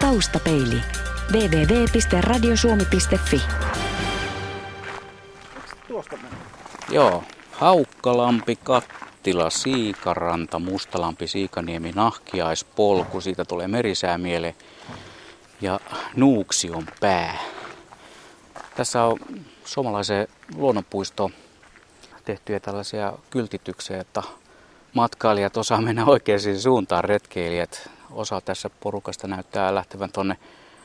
Taustapeili. www.radiosuomi.fi. Joo, Haukkalampi, Kattila, Siikaranta, Mustalampi, Siikaniemi, Nahkiaispolku, siitä tulee merisää mieleen. Ja Nuuksion pää. Tässä on suomalaiseen luonnonpuistoon tehtyjä tällaisia kyltityksiä, että matkailijat osaa mennä oikeaan suuntaan, retkeilijät. Osa tässä porukasta näyttää lähtevän tuonne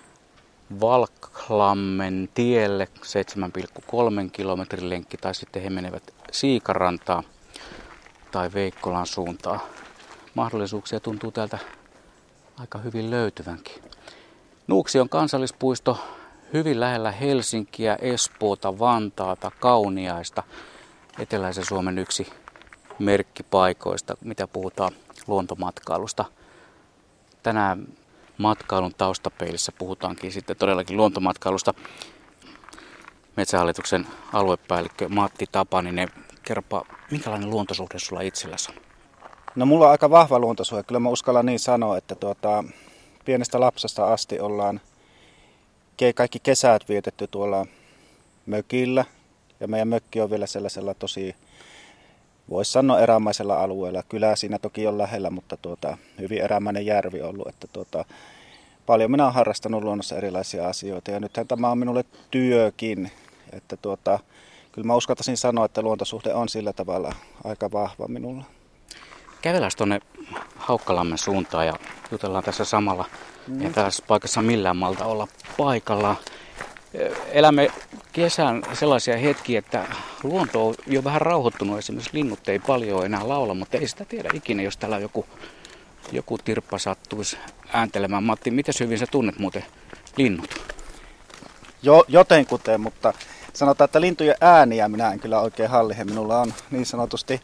Valklammen tielle, 7,3 kilometrin lenkki, tai sitten he menevät Siikarantaan tai Veikkolan suuntaan. Mahdollisuuksia tuntuu täältä aika hyvin löytyvänkin. Nuuksion kansallispuisto hyvin lähellä Helsinkiä, Espoota, Vantaata, Kauniaista, eteläisen Suomen yksi merkkipaikoista, mitä puhutaan luontomatkailusta. Tänään matkailun taustapeilissä puhutaankin sitten todellakin luontomatkailusta. Metsähallituksen aluepäällikkö Matti Tapaninen, kerropa, minkälainen luontosuhde sulla itselläsi on? No mulla on aika vahva luontosuhde. Kyllä mä uskallan niin sanoa, että pienestä lapsesta asti ollaan kaikki kesät vietetty tuolla mökillä. Ja meidän mökki on vielä sellaisella tosi, voisi sanoa erämaisella alueella. Kylä siinä toki on lähellä, mutta hyvin erämainen järvi on ollut. Että paljon minä olen harrastanut luonnossa erilaisia asioita ja nythän tämä on minulle työkin. Että kyllä mä uskaltaisin sanoa, että luontosuhde on sillä tavalla aika vahva minulla. Kävelään tuonne Haukkalammen suuntaan ja jutellaan tässä samalla. Ei tässä paikassa millään malta olla paikallaan. Elämme kesän sellaisia hetkiä, että luonto on jo vähän rauhoittunut. Esimerkiksi linnut ei paljon enää laula, mutta ei sitä tiedä ikinä, jos täällä joku tirppa sattuisi ääntelemään. Matti, miten hyvin sä tunnet muuten linnut? Jotenkuten, mutta sanotaan, että lintujen ääniä minä en kyllä oikein hallihe. Minulla on niin sanotusti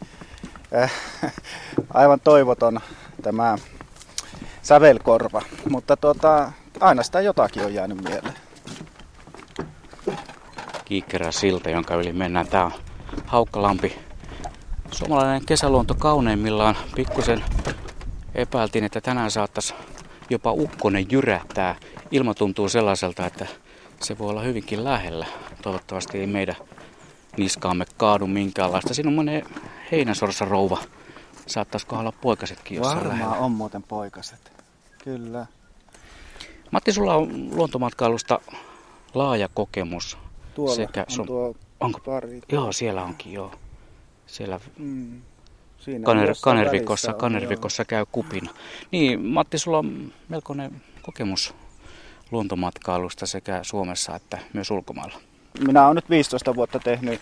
aivan toivoton tämä sävelkorva, mutta aina sitä jotakin on jäänyt mieleen. Kiikkerä silta, jonka yli mennään. Tää on Haukkalampi. Suomalainen kesäluonto kauneimmillaan. Pikkusen epäiltiin, että tänään saattaisi jopa ukkonen jyrähtää. Ilma tuntuu sellaiselta, että se voi olla hyvinkin lähellä. Toivottavasti ei meidän niskaamme kaadu minkäänlaista. Siinä on monen heinäsorsarouva. Saattaisiko olla poikasetkin jossain lähellä? Varmaan on muuten poikaset. Kyllä. Matti, sulla on luontomatkailusta laaja kokemus. Tuolla on tuo pari. Joo, siellä onkin, joo. Siellä Kanervikossa käy kupina. Niin, Matti, sulla on melkoinen kokemus luontomatkailusta sekä Suomessa että myös ulkomailla. Minä olen nyt 15 vuotta tehnyt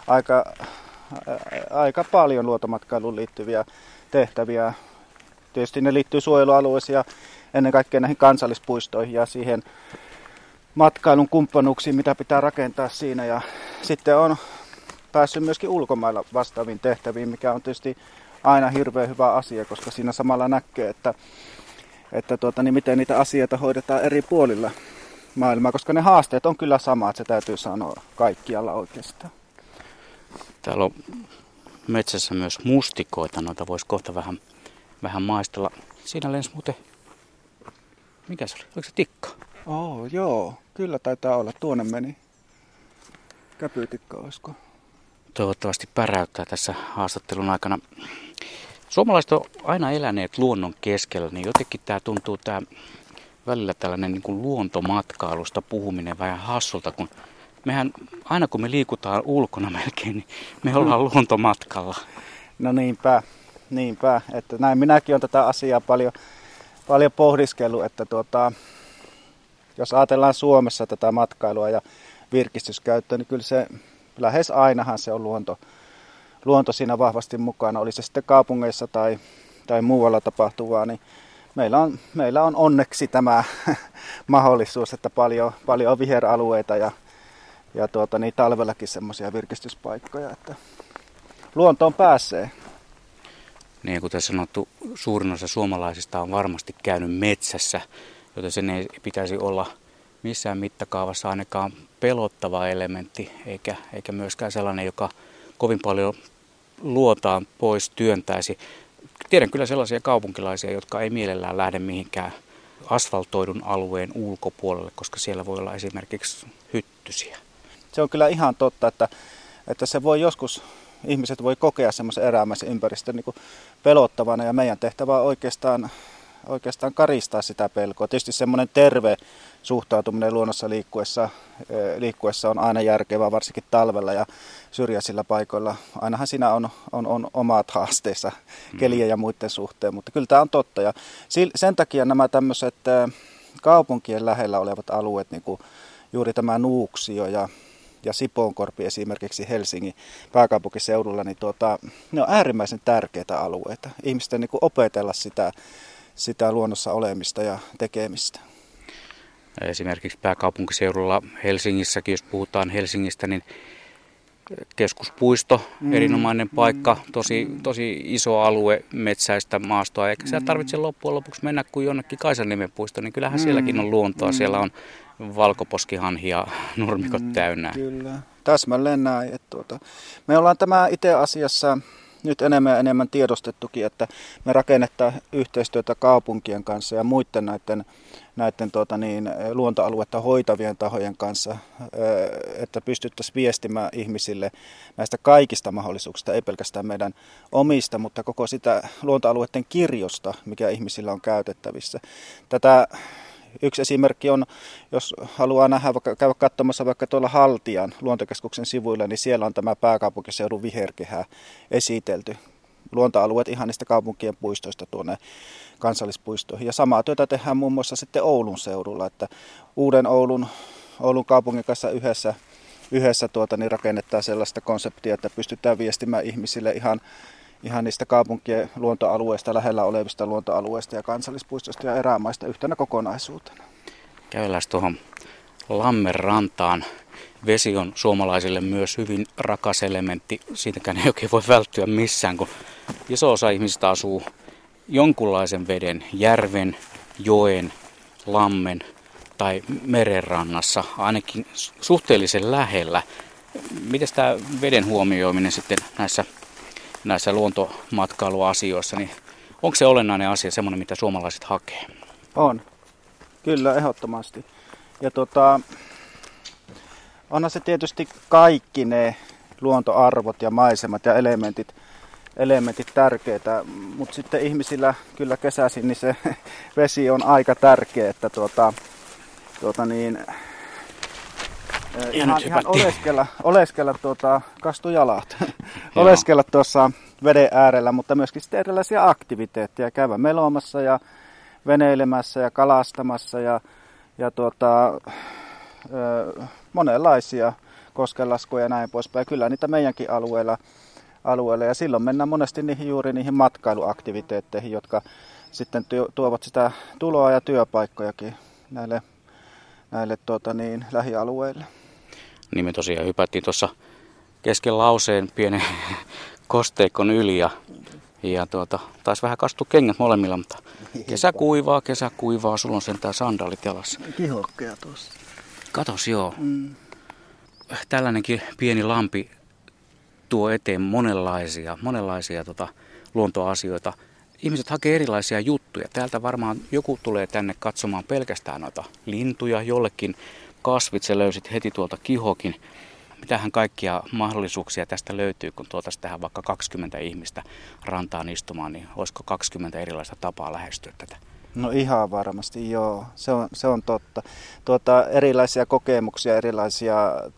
aika paljon luontomatkailuun liittyviä tehtäviä. Tietysti ne liittyy suojelualueisiin ja ennen kaikkea näihin kansallispuistoihin ja siihen matkailun kumppanuuksiin, mitä pitää rakentaa siinä. Ja sitten on päässyt myöskin ulkomailla vastaaviin tehtäviin, mikä on tietysti aina hirveän hyvä asia, koska siinä samalla näkee, että miten niitä asioita hoidetaan eri puolilla maailmaa, koska ne haasteet on kyllä samat, se täytyy sanoa kaikkialla oikeastaan. Täällä on metsässä myös mustikoita, noita voisi kohta vähän maistella. Siinä lensi muuten, mikä se oli, oliko se tikka? Joo, kyllä taitaa olla, tuonne meni. Käpytikka olisiko? Toivottavasti päräyttää tässä haastattelun aikana. Suomalaiset on aina eläneet luonnon keskellä, niin jotenkin tämä tuntuu välillä tällainen niin kuin luontomatkailusta puhuminen vähän hassulta, kun mehän aina kun me liikutaan ulkona melkein, niin me ollaan luontomatkalla. No niinpä, että näin minäkin olen tätä asiaa paljon pohdiskellut, että jos ajatellaan Suomessa tätä matkailua ja virkistyskäyttöä, niin kyllä se lähes ainahan se on luonto siinä vahvasti mukana. Oli se sitten kaupungeissa tai muualla tapahtuvaa, niin meillä on onneksi tämä mahdollisuus, että paljon on viheralueita ja niin talvellakin semmoisia virkistyspaikkoja, että luontoon pääsee. Niin kuten sanottu, suurin osa suomalaisista on varmasti käynyt metsässä, joten sen ei pitäisi olla missään mittakaavassa ainakaan pelottava elementti, eikä myöskään sellainen, joka kovin paljon luotaan pois työntäisi. Tiedän kyllä sellaisia kaupunkilaisia, jotka ei mielellään lähde mihinkään asfaltoidun alueen ulkopuolelle, koska siellä voi olla esimerkiksi hyttysiä. Se on kyllä ihan totta, että se voi joskus, ihmiset voi kokea semmoisen erämäisen ympäristön niin kuin pelottavana ja meidän tehtävä on oikeastaan karistaa sitä pelkoa. Tietysti semmoinen terve suhtautuminen luonnossa liikkuessa on aina järkevää, varsinkin talvella ja syrjäisillä paikoilla. Ainahan siinä on omat haasteensa kelien ja muiden suhteen, mutta kyllä tämä on totta. Ja sen takia nämä tämmöiset kaupunkien lähellä olevat alueet, niin kuin juuri tämä Nuuksio ja Sipoonkorpi esimerkiksi Helsingin pääkaupunkiseudulla, niin ne on äärimmäisen tärkeitä alueita. Ihmisten niin kuin opetella sitä luonnossa olemista ja tekemistä. Esimerkiksi pääkaupunkiseudulla Helsingissäkin, jos puhutaan Helsingistä, niin keskuspuisto, erinomainen paikka, tosi iso alue metsäistä maastoa, eikä siellä tarvitse loppujen lopuksi mennä kuin jonnekin Kaisaniemen puistoon, niin kyllähän sielläkin on luontoa, siellä on valkoposkihanhi ja nurmikot täynnä. Kyllä, täsmälleen näin. Me ollaan tämä itse asiassa nyt enemmän ja enemmän tiedostettukin, että me rakennetaan yhteistyötä kaupunkien kanssa ja muiden näiden luontoaluetta hoitavien tahojen kanssa, että pystyttäisiin viestimään ihmisille näistä kaikista mahdollisuuksista, ei pelkästään meidän omista, mutta koko sitä luontoalueiden kirjosta, mikä ihmisillä on käytettävissä. Yksi esimerkki on, jos haluaa nähdä, käydä katsomassa vaikka tuolla Haltian luontokeskuksen sivuilla, niin siellä on tämä pääkaupunkiseudun viherkehä esitelty. Luontoalueet ihan niistä kaupunkien puistoista tuonne kansallispuistoihin. Ja samaa työtä tehdään muun muassa sitten Oulun seudulla, että Uuden Oulun kaupungin kanssa yhdessä rakennetaan sellaista konseptia, että pystytään viestimään ihmisille ihan niistä kaupunkien luontoalueista, lähellä olevista luontoalueista ja kansallispuistoista ja erämaista yhtenä kokonaisuutena. Käydään tuohon Lammenrantaan. Vesi on suomalaisille myös hyvin rakas elementti. Siitäkään ei oikein voi välttyä missään, kun iso osa ihmisistä asuu jonkunlaisen veden, järven, joen, lammen tai merenrannassa, ainakin suhteellisen lähellä. Miten tämä veden huomioiminen sitten näissä luontomatkailuasioissa, niin onko se olennainen asia semmoinen, mitä suomalaiset hakee? On, kyllä ehdottomasti. Ja onhan se tietysti kaikki ne luontoarvot ja maisemat ja elementit tärkeitä, mutta sitten ihmisillä kyllä kesäisin niin se vesi on aika tärkeä, että ihan oleskella kastujalat, oleskella tuossa veden äärellä, mutta myöskin sitten erilaisia aktiviteetteja, käydä meloamassa ja veneilemässä ja kalastamassa ja monenlaisia koskenlaskuja ja näin poispäin. Kyllä niitä meidänkin alueella ja silloin mennään monesti juuri niihin matkailuaktiviteetteihin, jotka sitten tuovat sitä tuloa ja työpaikkojakin näille lähialueille. Niin me tosiaan hypättiin tuossa kesken lauseen pienen kosteikon yli ja taisi vähän kastua kengät molemmilla, mutta kesä kuivaa, sulla on sentään sandaalit jalassa. Kihokkeja tuossa. Katos joo. Tällainenkin pieni lampi tuo eteen monenlaisia luontoasioita. Ihmiset hakee erilaisia juttuja. Täältä varmaan joku tulee tänne katsomaan pelkästään noita lintuja, jollekin kasvit, se löysit heti tuolta Kihokin. Mitähän kaikkia mahdollisuuksia tästä löytyy, kun tuotaisiin tähän vaikka 20 ihmistä rantaan istumaan, niin olisiko 20 erilaista tapaa lähestyä tätä? No ihan varmasti, joo. Se on totta. Erilaisia kokemuksia, erilaisia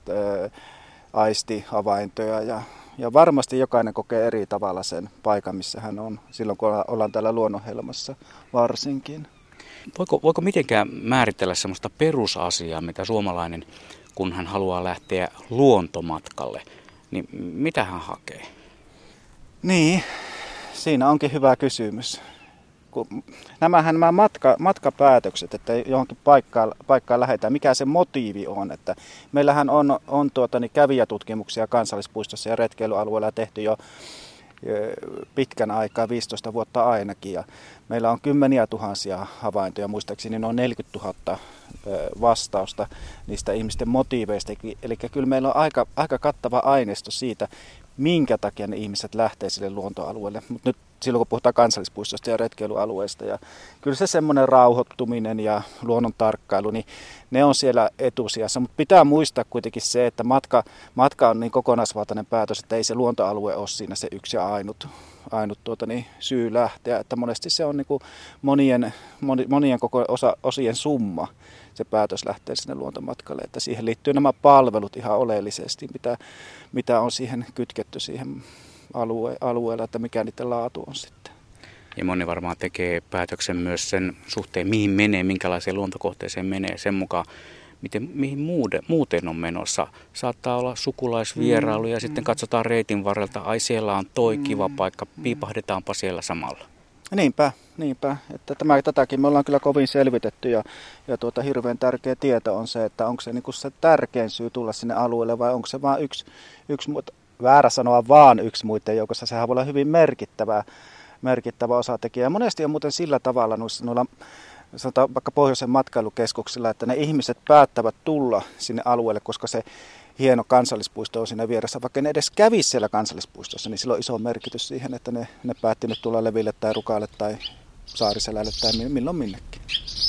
aistihavaintoja ja varmasti jokainen kokee eri tavalla sen paikan, missä hän on, silloin kun ollaan täällä luonnonhelmassa varsinkin. Voiko mitenkään määritellä sellaista perusasiaa, mitä suomalainen, kun hän haluaa lähteä luontomatkalle, niin mitä hän hakee? Niin, siinä onkin hyvä kysymys. Nämä matkapäätökset, että johonkin paikkaan lähdetään, mikä se motiivi on. Että meillähän on kävijätutkimuksia kansallispuistossa ja retkeilyalueella tehty jo pitkän aikaa, 15 vuotta ainakin. Ja meillä on kymmeniä tuhansia havaintoja, muistaakseni noin 40 000 vastausta niistä ihmisten motiiveista. Eli kyllä meillä on aika kattava aineisto siitä, minkä takia ne ihmiset lähtee sille luontoalueelle. Mutta nyt silloin kun puhutaan kansallispuistosta ja retkeilualueesta ja kyllä se semmoinen rauhoittuminen ja luonnon tarkkailu, niin ne on siellä etusijassa. Mutta pitää muistaa kuitenkin se, että matka on niin kokonaisvaltainen päätös, että ei se luontoalue ole siinä se yksi ja ainut syy lähteä. Että monesti se on niin kuin monien osien summa se päätös lähtee sinne luontomatkalle. Että siihen liittyy nämä palvelut ihan oleellisesti, mitä on siihen kytketty siihen alueella, että mikä niiden laatu on sitten. Ja moni varmaan tekee päätöksen myös sen suhteen, mihin menee, minkälaiseen luontokohteeseen menee, sen mukaan, mihin muuten on menossa. Saattaa olla sukulaisvierailu ja sitten katsotaan reitin varrelta, ai siellä on toi kiva paikka, piipahdetaanpa siellä samalla. Niinpä. Että tätäkin me ollaan kyllä kovin selvitetty ja hirveän tärkeä tieto on se, että onko se niinku se tärkein syy tulla sinne alueelle vai onko se vain yksi väärä sanoa vaan yksi muiden joukossa, sehän voi olla hyvin merkittävä osatekijä. Ja monesti on muuten sillä tavalla noilla sanotaan vaikka pohjoisen matkailukeskuksilla, että ne ihmiset päättävät tulla sinne alueelle, koska se hieno kansallispuisto on siinä vieressä. Vaikka ne edes kävisi siellä kansallispuistossa, niin sillä on iso merkitys siihen, että ne päätti nyt tulla Leville tai Rukalle tai Saariselälle tai milloin minnekin.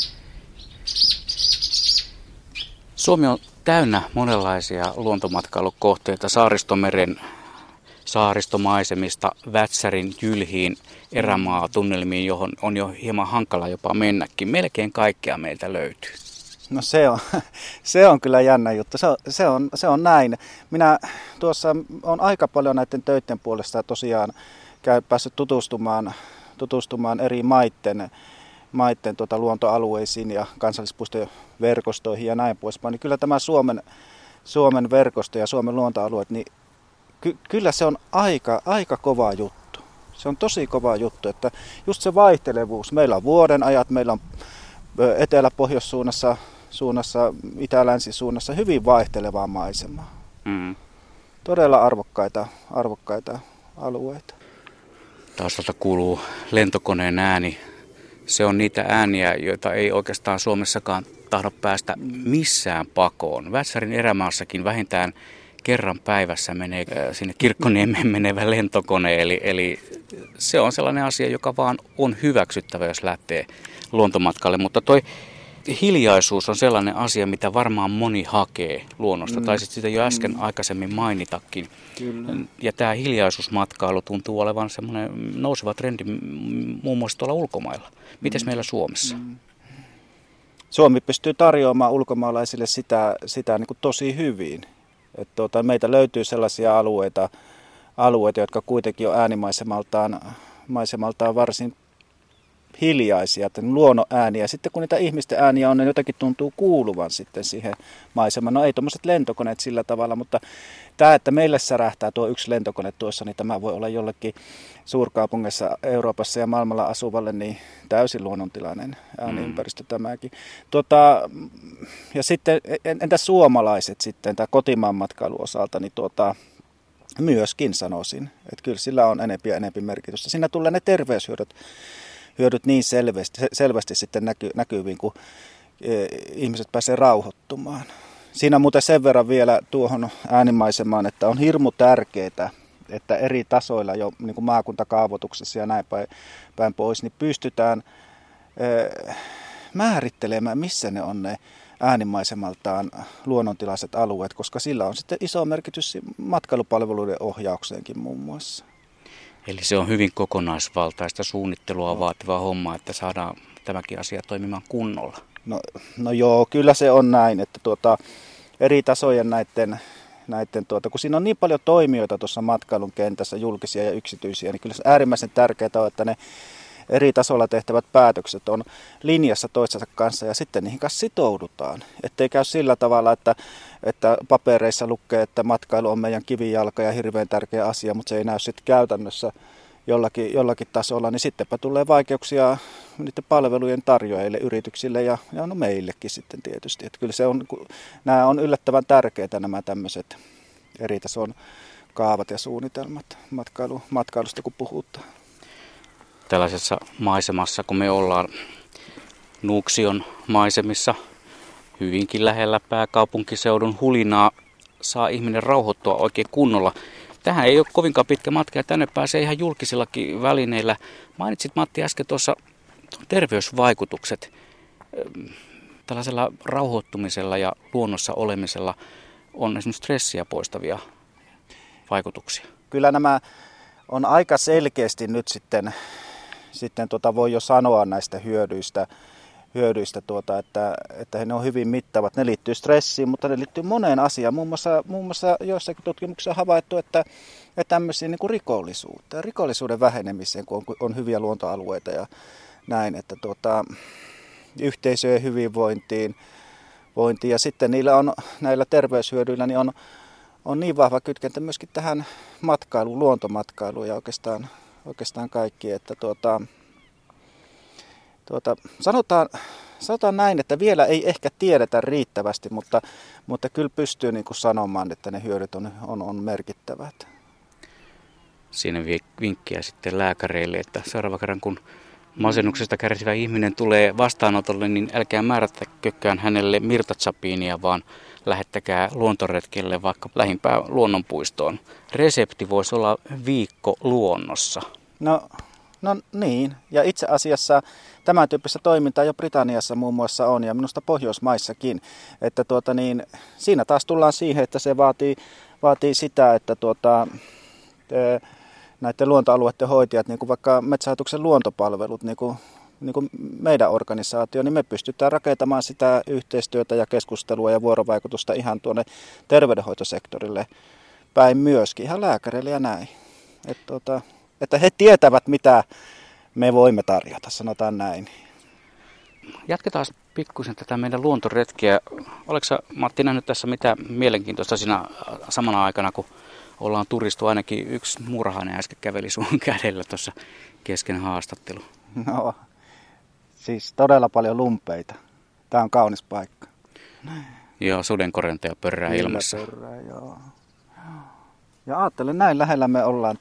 Suomi on täynnä monenlaisia luontomatkailukohteita Saaristomeren saaristomaisemista Vätsärin jylhiin erämaatunnelmiin, johon on jo hieman hankala jopa mennäkin. Melkein kaikkea meiltä löytyy. No se on kyllä jännä juttu. Se on näin. Minä tuossa olen aika paljon näiden töiden puolesta tosiaan päässyt tutustumaan eri maiden luontoalueisiin ja kansallispuistoverkostoihin ja näin poispäin. Niin kyllä tämä Suomen verkosto ja Suomen luontoalueet, niin kyllä se on aika kova juttu. Se on tosi kova juttu, että just se vaihtelevuus. Meillä on vuodenajat, meillä on etelä-pohjoissuunnassa, itä-länsisuunnassa hyvin vaihtelevaa maisemaa. Todella arvokkaita alueita. Taustalta kuuluu lentokoneen ääni. Se on niitä ääniä, joita ei oikeastaan Suomessakaan tahdo päästä missään pakoon. Vätsärin erämaassakin vähintään kerran päivässä menee sinne Kirkkoniemeen menevä lentokone, eli se on sellainen asia, joka vaan on hyväksyttävä, jos lähtee luontomatkalle. Mutta toi hiljaisuus on sellainen asia, mitä varmaan moni hakee luonnosta, tai sitten sitä jo äsken aikaisemmin mainitakin. Kyllä. Ja tämä hiljaisuusmatkailu tuntuu olevan semmoinen nouseva trendi muun muassa tuolla ulkomailla. Mites meillä Suomessa? Suomi pystyy tarjoamaan ulkomaalaisille sitä niin kuin tosi hyvin. Että meitä löytyy sellaisia alueita, jotka kuitenkin on äänimaisemaltaan varsin hiljaisia, että luonnon ääniä. Sitten kun niitä ihmisten ääniä on, ne jotenkin tuntuu kuuluvan sitten siihen maisemaan. No ei tuommoiset lentokoneet sillä tavalla, mutta tämä, että meille särähtää tuo yksi lentokone tuossa, niin tämä voi olla jollekin suurkaupungissa Euroopassa ja maailmalla asuvalle niin täysin luonnontilainen ääniympäristö tämäkin. Ja sitten entä suomalaiset sitten, tämä kotimaan matkailun osalta, niin myöskin sanoisin, että kyllä sillä on enempi merkitystä. Siinä tulee ne terveyshyödyt niin selvästi sitten näkyviin, kun ihmiset pääsee rauhoittumaan. Siinä muuten sen verran vielä tuohon äänimaisemaan, että on hirmu tärkeää, että eri tasoilla jo niin kuin maakuntakaavoituksessa ja näin päin pois, niin pystytään määrittelemään, missä ne on ne äänimaisemaltaan luonnontilaiset alueet, koska sillä on sitten iso merkitys matkailupalveluiden ohjaukseenkin muun muassa. Eli se on hyvin kokonaisvaltaista suunnittelua vaativa homma, että saadaan tämäkin asia toimimaan kunnolla. No joo, kyllä se on näin, että eri tasojen näiden kun siinä on niin paljon toimijoita tuossa matkailun kentässä, julkisia ja yksityisiä, niin kyllä se äärimmäisen tärkeää on, että ne eri tasolla tehtävät päätökset on linjassa toistensa kanssa ja sitten niihin kanssa sitoudutaan. Ettei käy sillä tavalla, että papereissa lukee, että matkailu on meidän kivijalka ja hirveän tärkeä asia, mutta se ei näy sitten käytännössä jollakin tasolla, niin sittenpä tulee vaikeuksia niiden palvelujen tarjoajille, yrityksille ja no meillekin sitten tietysti. Että kyllä nämä on yllättävän tärkeitä nämä tämmöiset eri tason kaavat ja suunnitelmat matkailusta kun puhutaan. Tällaisessa maisemassa, kun me ollaan Nuuksion maisemissa hyvinkin lähellä pääkaupunkiseudun hulinaa, saa ihminen rauhoittua oikein kunnolla. tähän ei ole kovinkaan pitkä matka ja tänne pääsee ihan julkisillakin välineillä. Mainitsit Matti äsken tuossa terveysvaikutukset. Tällaisella rauhoittumisella ja luonnossa olemisella on esimerkiksi stressiä poistavia vaikutuksia. Kyllä nämä on aika selkeästi nyt sitten voi jo sanoa näistä hyödyistä että ne on hyvin mittavat. Ne liittyy stressiin, mutta ne liittyy moneen asiaan. Muun muassa joissakin tutkimuksissa on havaittu, että tämmöisiin niin kuin rikollisuuteen ja rikollisuuden vähenemiseen, kun on hyviä luontoalueita ja näin, että yhteisöjen hyvinvointiin ja sitten näillä terveyshyödyillä niin on niin vahva kytkentä myöskin tähän matkailuun, luontomatkailuun ja oikeastaan kaikki, että sanotaan näin, että vielä ei ehkä tiedetä riittävästi, mutta kyllä pystyy niin kuin sanomaan, että ne hyödyt on merkittävät. Siinä vinkkiä sitten lääkäreille, että seuraava kerran kun masennuksesta kärsivä ihminen tulee vastaanotolle, niin älkää määrätäkökään hänelle mirtatsapiinia, vaan lähettäkää luontoretkelle vaikka lähimpään luonnonpuistoon. Resepti voisi olla viikko luonnossa. No niin, ja itse asiassa tämän tyyppistä toimintaa jo Britanniassa muun muassa on ja minusta Pohjoismaissakin, että siinä taas tullaan siihen, että se vaatii sitä, että näiden luontoalueiden hoitajat, niin kuin vaikka Metsähallituksen luontopalvelut, niin kuin meidän organisaatio, niin me pystytään rakentamaan sitä yhteistyötä ja keskustelua ja vuorovaikutusta ihan tuonne terveydenhoitosektorille päin myöskin, ihan lääkäreille ja näin. Että he tietävät, mitä me voimme tarjota, sanotaan näin. Jatketaan pikkuisen tätä meidän luontoretkiä. Oletko sä, Matti, nähnyt tässä mitä mielenkiintoista siinä samana aikana, kun ollaan turistu? Ainakin yksi murhainen äsken käveli sun kädellä tuossa kesken haastattelu. No, siis todella paljon lumpeita. Tämä on kaunis paikka. Joo, sudenkorentoja pörrää ilmassa. Pörrää, joo. Ja ajattelen, näin lähellä me ollaan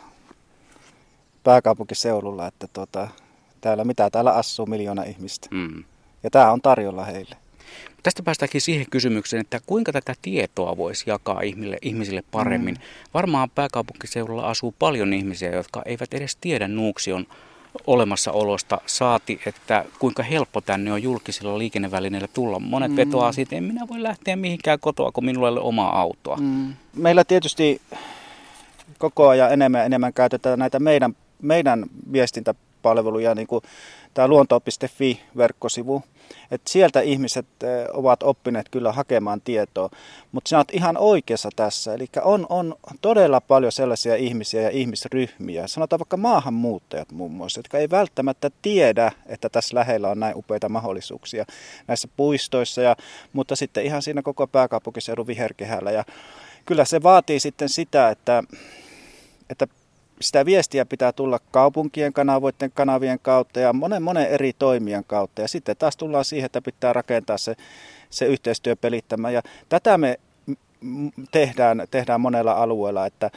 pääkaupunkiseudulla, että täällä asuu 1 miljoona ihmistä. Ja tämä on tarjolla heille. Tästä päästäänkin siihen kysymykseen, että kuinka tätä tietoa voisi jakaa ihmisille paremmin. Varmaan pääkaupunkiseudulla asuu paljon ihmisiä, jotka eivät edes tiedä Nuuksion olemassaolosta, saati, että kuinka helppo tänne on julkisilla liikennevälineillä tulla. Monet vetoaa siitä, en minä voi lähteä mihinkään kotoa, kun minulla ei ole omaa autoa. Meillä tietysti koko ajan enemmän käytetään näitä meidän viestintäpalveluja, niin kuin tämä luonto.fi-verkkosivu. Että sieltä ihmiset ovat oppineet kyllä hakemaan tietoa, mutta sinä olet ihan oikeassa tässä. Eli on todella paljon sellaisia ihmisiä ja ihmisryhmiä, sanotaan vaikka maahanmuuttajat muun muassa, jotka ei välttämättä tiedä, että tässä lähellä on näin upeita mahdollisuuksia näissä puistoissa, mutta sitten ihan siinä koko pääkaupunkiseudun viherkehällä. Ja kyllä se vaatii sitten sitä, että sitä viestiä pitää tulla kaupunkien kanavien kautta ja monen eri toimijan kautta. Ja sitten taas tullaan siihen, että pitää rakentaa se yhteistyö pelittämään. Ja tätä me tehdään monella alueella, että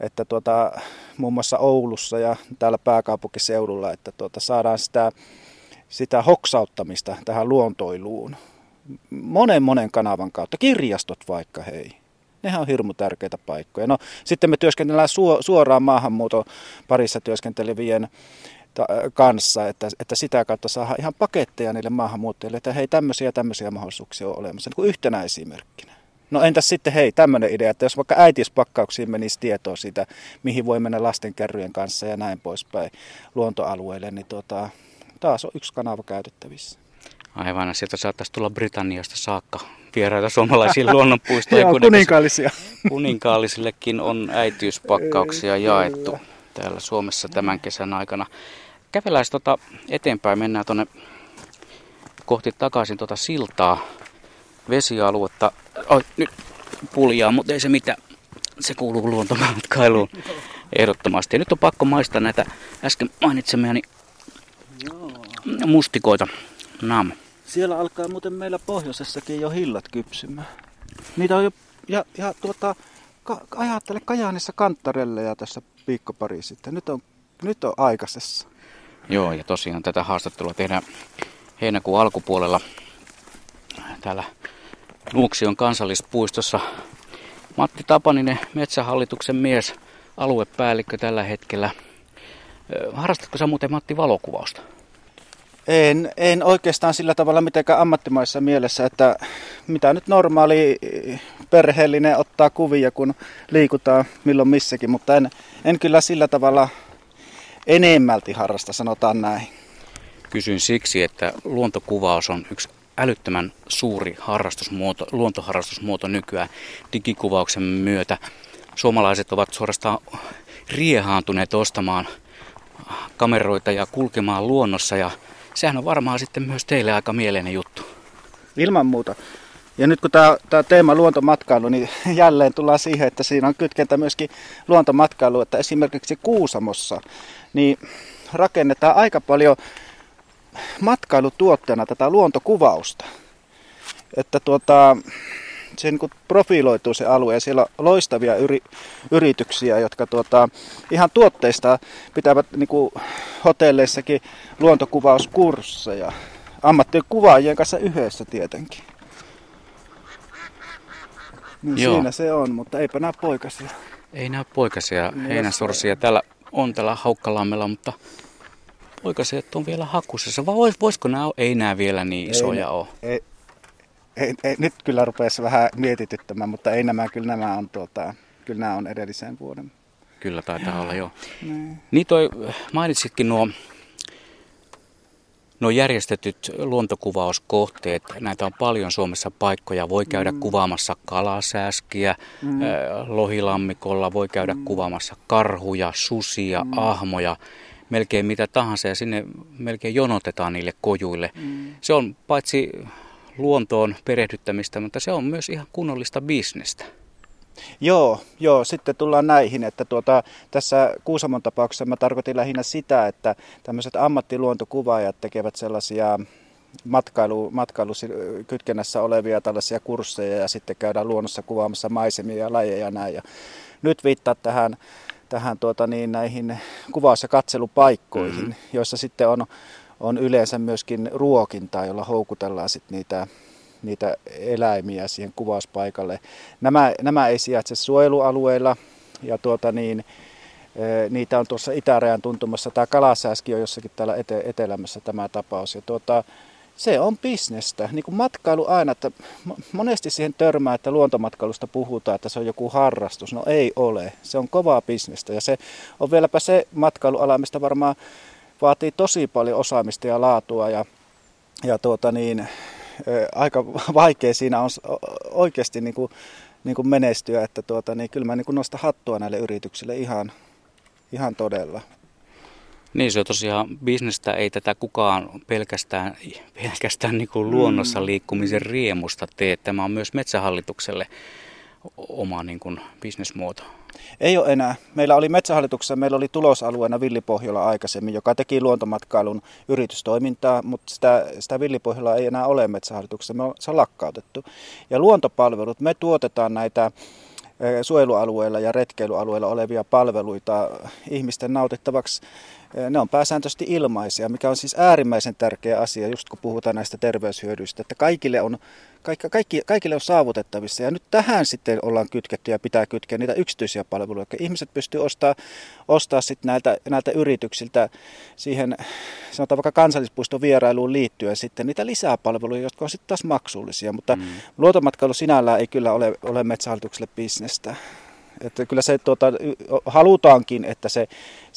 muun muassa Oulussa ja täällä pääkaupunkiseudulla, että saadaan sitä hoksauttamista tähän luontoiluun. Monen kanavan kautta. Kirjastot vaikka, hei. Nehän on hirmu tärkeitä paikkoja. No, sitten me työskennellään suoraan maahanmuuton parissa työskentelevien kanssa, että sitä kautta saadaan ihan paketteja niille maahanmuuttajille, että hei, tämmöisiä mahdollisuuksia on olemassa, niin kuin yhtenä esimerkkinä. No entäs sitten hei, tämmöinen idea, että jos vaikka äitiyspakkauksiin menisi tietoa siitä, mihin voi mennä lastenkärryjen kanssa ja näin poispäin luontoalueelle, niin taas on yksi kanava käytettävissä. Aivan, sieltä saattaisi tulla Britanniasta saakka vieraita suomalaisiin luonnonpuistoihin. Joo, kuninkaallisia. Kuninkaallisillekin on äitiyspakkauksia jaettu täällä Suomessa tämän kesän aikana. Kävellään eteenpäin, mennään tuonne kohti takaisin siltaa, vesialuetta. Nyt puljaa, mutta ei se mitään. Se kuuluu luontomatkailuun ehdottomasti. Ja nyt on pakko maistaa näitä äsken mainitsemiani mustikoita. Nam. Siellä alkaa muuten meillä pohjoisessakin jo hillat kypsymään. Niitä on jo, ajattele Kajaanissa kanttarelleja tässä viikko pari sitten. Nyt on aikaisessa. Joo, ja tosiaan tätä haastattelua tehdään heinäkuun alkupuolella täällä Nuuksion kansallispuistossa. Matti Tapaninen, Metsähallituksen mies, aluepäällikkö tällä hetkellä. Harrastatko sä muuten, Matti, valokuvausta? En oikeastaan sillä tavalla mitenkään ammattimaisessa mielessä, että mitä nyt normaali perheellinen ottaa kuvia, kun liikutaan milloin missäkin, mutta en kyllä sillä tavalla enemmälti harrasta, sanotaan näin. Kysyn siksi, että luontokuvaus on yksi älyttömän suuri luontoharrastusmuoto nykyään digikuvauksen myötä. Suomalaiset ovat suorastaan riehaantuneet ostamaan kameroita ja kulkemaan luonnossa, ja sehän on varmaan sitten myös teille aika mieleinen juttu. Ilman muuta. Ja nyt kun tämä teema luontomatkailu, niin jälleen tullaan siihen, että siinä on kytkentä myöskin luontomatkailu, että esimerkiksi Kuusamossa niin rakennetaan aika paljon matkailutuotteena tätä luontokuvausta. Että se niin kuin profiloituu se alue ja siellä on loistavia yrityksiä, jotka ihan tuotteista pitävät niin kuin hotelleissakin luontokuvauskursseja. Ammattikuvaajien kanssa yhdessä tietenkin. Niin siinä se on, mutta eipä näe poikasia. Ei näe poikasia, heinäsorsia. Täällä on täällä Haukkalammella, mutta poikaset on vielä hakusessa. Vai voisiko nämä, ei nämä vielä niin isoja ole? Ei, nyt kyllä rupeaisi vähän mietityttämään, mutta ei kyllä nämä on edellisen vuoden. Kyllä taitaa olla, joo. Niin mainitsitkin nuo järjestetyt luontokuvauskohteet, näitä on paljon Suomessa paikkoja. Voi käydä kuvaamassa kalasääskiä lohilammikolla, voi käydä kuvaamassa karhuja, susia, ahmoja, melkein mitä tahansa, ja sinne melkein jonotetaan niille kojuille. Se on paitsi luontoon perehdyttämistä, mutta se on myös ihan kunnollista bisnestä. Joo, sitten tullaan näihin, että tässä Kuusamon tapauksessa mä tarkoitin lähinnä sitä, että tämmöiset ammattiluontokuvaajat tekevät sellaisia matkailukytkennässä olevia tällaisia kursseja ja sitten käydään luonnossa kuvaamassa maisemia ja lajeja ja näin. Ja nyt viittaa tähän näihin kuvaus- ja katselupaikkoihin, joissa sitten on yleensä myöskin ruokintaa, jolla houkutellaan sitten niitä eläimiä siihen kuvauspaikalle. Nämä ei sijaitse suojelualueilla ja niitä on tuossa itärajan tuntumassa. Tämä kalasääski on jossakin täällä etelämässä tämä tapaus. Ja se on bisnestä. Niin kuin matkailu aina, että monesti siihen törmää, että luontomatkailusta puhutaan, että se on joku harrastus. No ei ole. Se on kovaa bisnestä ja se on vieläpä se matkailuala, mistä varmaan vaatii tosi paljon osaamista ja laatua ja aika vaikea siinä on oikeasti niin kuin menestyä, että kyllä mä niin kuin nostan hattua näille yrityksille ihan todella. Niin, se on tosiaan bisnestä, ei tätä kukaan pelkästään niin kuin luonnossa liikkumisen riemusta tee. Tämä on myös Metsähallitukselle oma niin kuin bisnesmuoto. Ei ole enää. Meillä oli tulosalueena Villipohjola aikaisemmin, joka teki luontomatkailun yritystoimintaa, mutta sitä Villipohjolaa ei enää ole Metsähallituksessa, se on lakkautettu. Ja luontopalvelut, me tuotetaan näitä suojelualueilla ja retkeilualueilla olevia palveluita ihmisten nautittavaksi. Ne on pääsääntöisesti ilmaisia, mikä on siis äärimmäisen tärkeä asia, just kun puhutaan näistä terveyshyödyistä, että kaikille on saavutettavissa. Ja nyt tähän sitten ollaan kytketty ja pitää kytkeä niitä yksityisiä palveluja. Ihmiset pystyy ostaa sitten näiltä yrityksiltä siihen, sanotaan vaikka kansallispuiston vierailuun liittyen sitten niitä lisäpalveluja, jotka on sitten taas maksullisia. Mutta luontomatkailu sinällään ei kyllä ole Metsähallitukselle bisnestä. Että kyllä se halutaankin, että se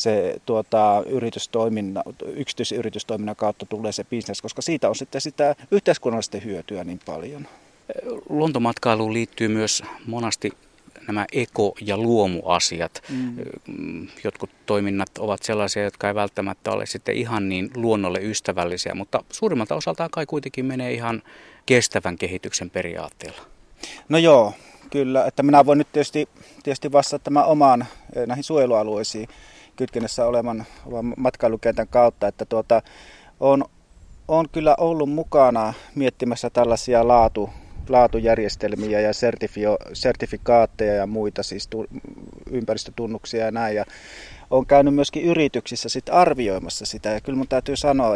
yksityisyritystoiminnan kautta tulee se bisnes, koska siitä on sitten sitä yhteiskunnallista hyötyä niin paljon. Luontomatkailuun liittyy myös monasti nämä eko- ja luomuasiat. Jotkut toiminnat ovat sellaisia, jotka ei välttämättä ole sitten ihan niin luonnolle ystävällisiä, mutta suurimmalta osaltaan kai kuitenkin menee ihan kestävän kehityksen periaatteella. No joo. Kyllä, että minä voin nyt tietysti vastata tämän omaan näihin suojelualueisiin kytkennässä olevan matkailukentän kautta, että on kyllä ollut mukana miettimässä tällaisia laatujärjestelmiä ja sertifikaatteja ja muita, siis ympäristötunnuksia ja näin. Ja olen käynyt myöskin yrityksissä sit arvioimassa sitä ja kyllä mun täytyy sanoa,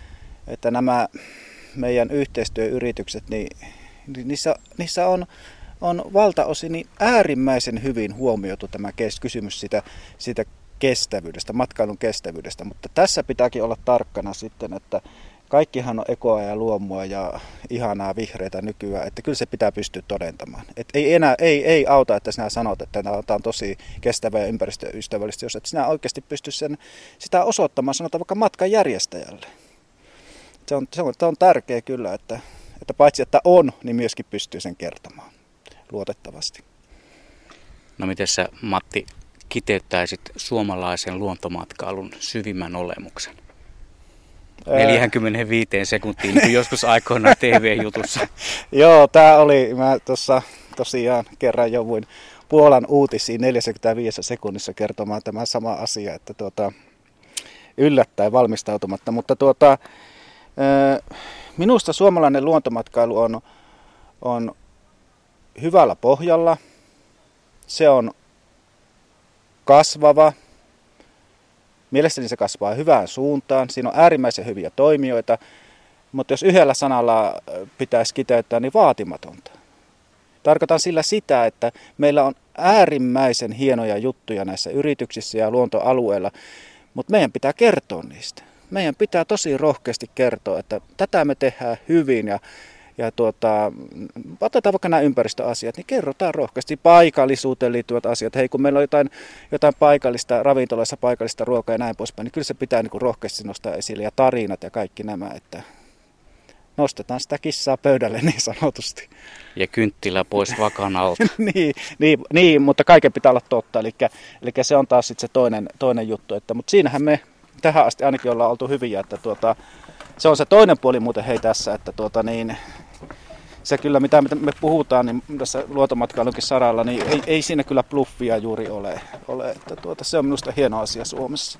että nämä meidän yhteistyöyritykset, niin niissä on on valtaosin niin äärimmäisen hyvin huomioitu tämä kysymys siitä kestävyydestä, matkailun kestävyydestä, mutta tässä pitääkin olla tarkkana sitten, että kaikkihan on ekoa ja luomua ja ihanaa vihreitä nykyään, että kyllä se pitää pystyä todentamaan. Että ei auta, että sinä sanot, että tämä on tosi kestävä ja ympäristöystävällistä, jos et sinä oikeasti pysty sitä osoittamaan, sanotaan vaikka matkan järjestäjälle. Se on tärkeä kyllä, että paitsi että on, niin myöskin pystyy sen kertomaan luotettavasti. No miten sä, Matti, kiteyttäisit suomalaisen luontomatkailun syvimmän olemuksen? 45 sekuntiin, niin kuin joskus aikoinaan TV-jutussa. Joo, tämä oli, mä tuossa tosiaan kerran jouduin Puolan uutisiin 45 sekunnissa kertomaan tämä sama asia, että yllättäen valmistautumatta, mutta minusta suomalainen luontomatkailu on hyvällä pohjalla, se on kasvava. Mielestäni se kasvaa hyvään suuntaan. Siinä on äärimmäisen hyviä toimijoita, mutta jos yhdellä sanalla pitäisi kiteyttää, niin vaatimatonta. Tarkoitan sillä sitä, että meillä on äärimmäisen hienoja juttuja näissä yrityksissä ja luontoalueilla, mutta meidän pitää kertoa niistä. Meidän pitää tosi rohkeasti kertoa, että tätä me tehdään hyvin ja otetaan vaikka nämä ympäristöasiat, niin kerrotaan rohkeasti paikallisuuteen liittyvät asiat. Hei, kun meillä on jotain paikallista ravintolassa, paikallista ruokaa ja näin poispäin, niin kyllä se pitää niin kuin rohkeasti nostaa esille ja tarinat ja kaikki nämä, että nostetaan sitä kissaa pöydälle niin sanotusti. Ja kynttilä pois vakan alta. niin, mutta kaiken pitää olla totta, eli se on taas sitten se toinen juttu, mutta siinähän me tähän asti ainakin ollaan oltu hyviä, että se on se toinen puoli muuten tässä, että se kyllä mitä me puhutaan niin tässä luontomatkailunkin saralla, niin ei siinä kyllä bluffia juuri ole että se on minusta hieno asia Suomessa.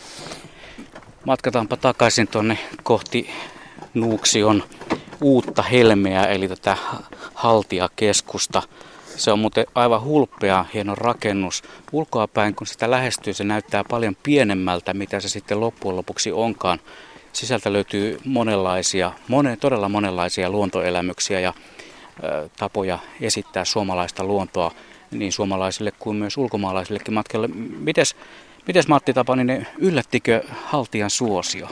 Matkataanpa takaisin tuonne kohti Nuuksion uutta helmeä, eli tätä Haltijakeskusta. Se on muuten aivan hulppea, hieno rakennus. Ulkoapäin, kun sitä lähestyy, se näyttää paljon pienemmältä, mitä se sitten loppujen lopuksi onkaan. Sisältä löytyy todella monenlaisia luontoelämyksiä ja tapoja esittää suomalaista luontoa niin suomalaisille kuin myös ulkomaalaisillekin matkalle. Mites Matti Tapaninen, yllättikö Haltijan suosio?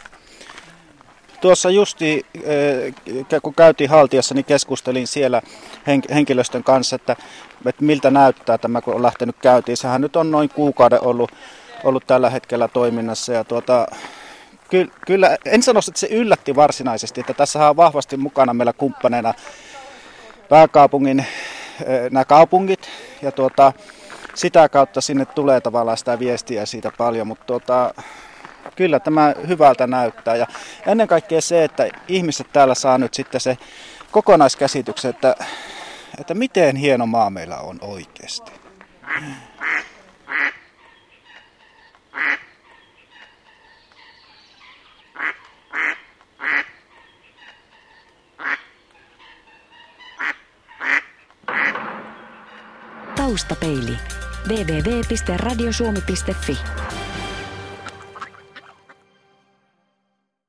Tuossa justi, kun käytiin Haltijassa, niin keskustelin siellä henkilöstön kanssa, että miltä näyttää tämä, kun on lähtenyt käyntiin. Sehän nyt on noin kuukauden ollut tällä hetkellä toiminnassa. Ja kyllä, en sano, että se yllätti varsinaisesti, että tässä on vahvasti mukana meillä kumppaneina pääkaupungin nämä kaupungit. Ja sitä kautta sinne tulee tavallaan sitä viestiä siitä paljon, mutta kyllä tämä hyvältä näyttää ja ennen kaikkea se, että ihmiset täällä saa nyt sitten se kokonaiskäsityksen, että miten hieno maa meillä on oikeasti. Taustapeili. www.radiosuomi.fi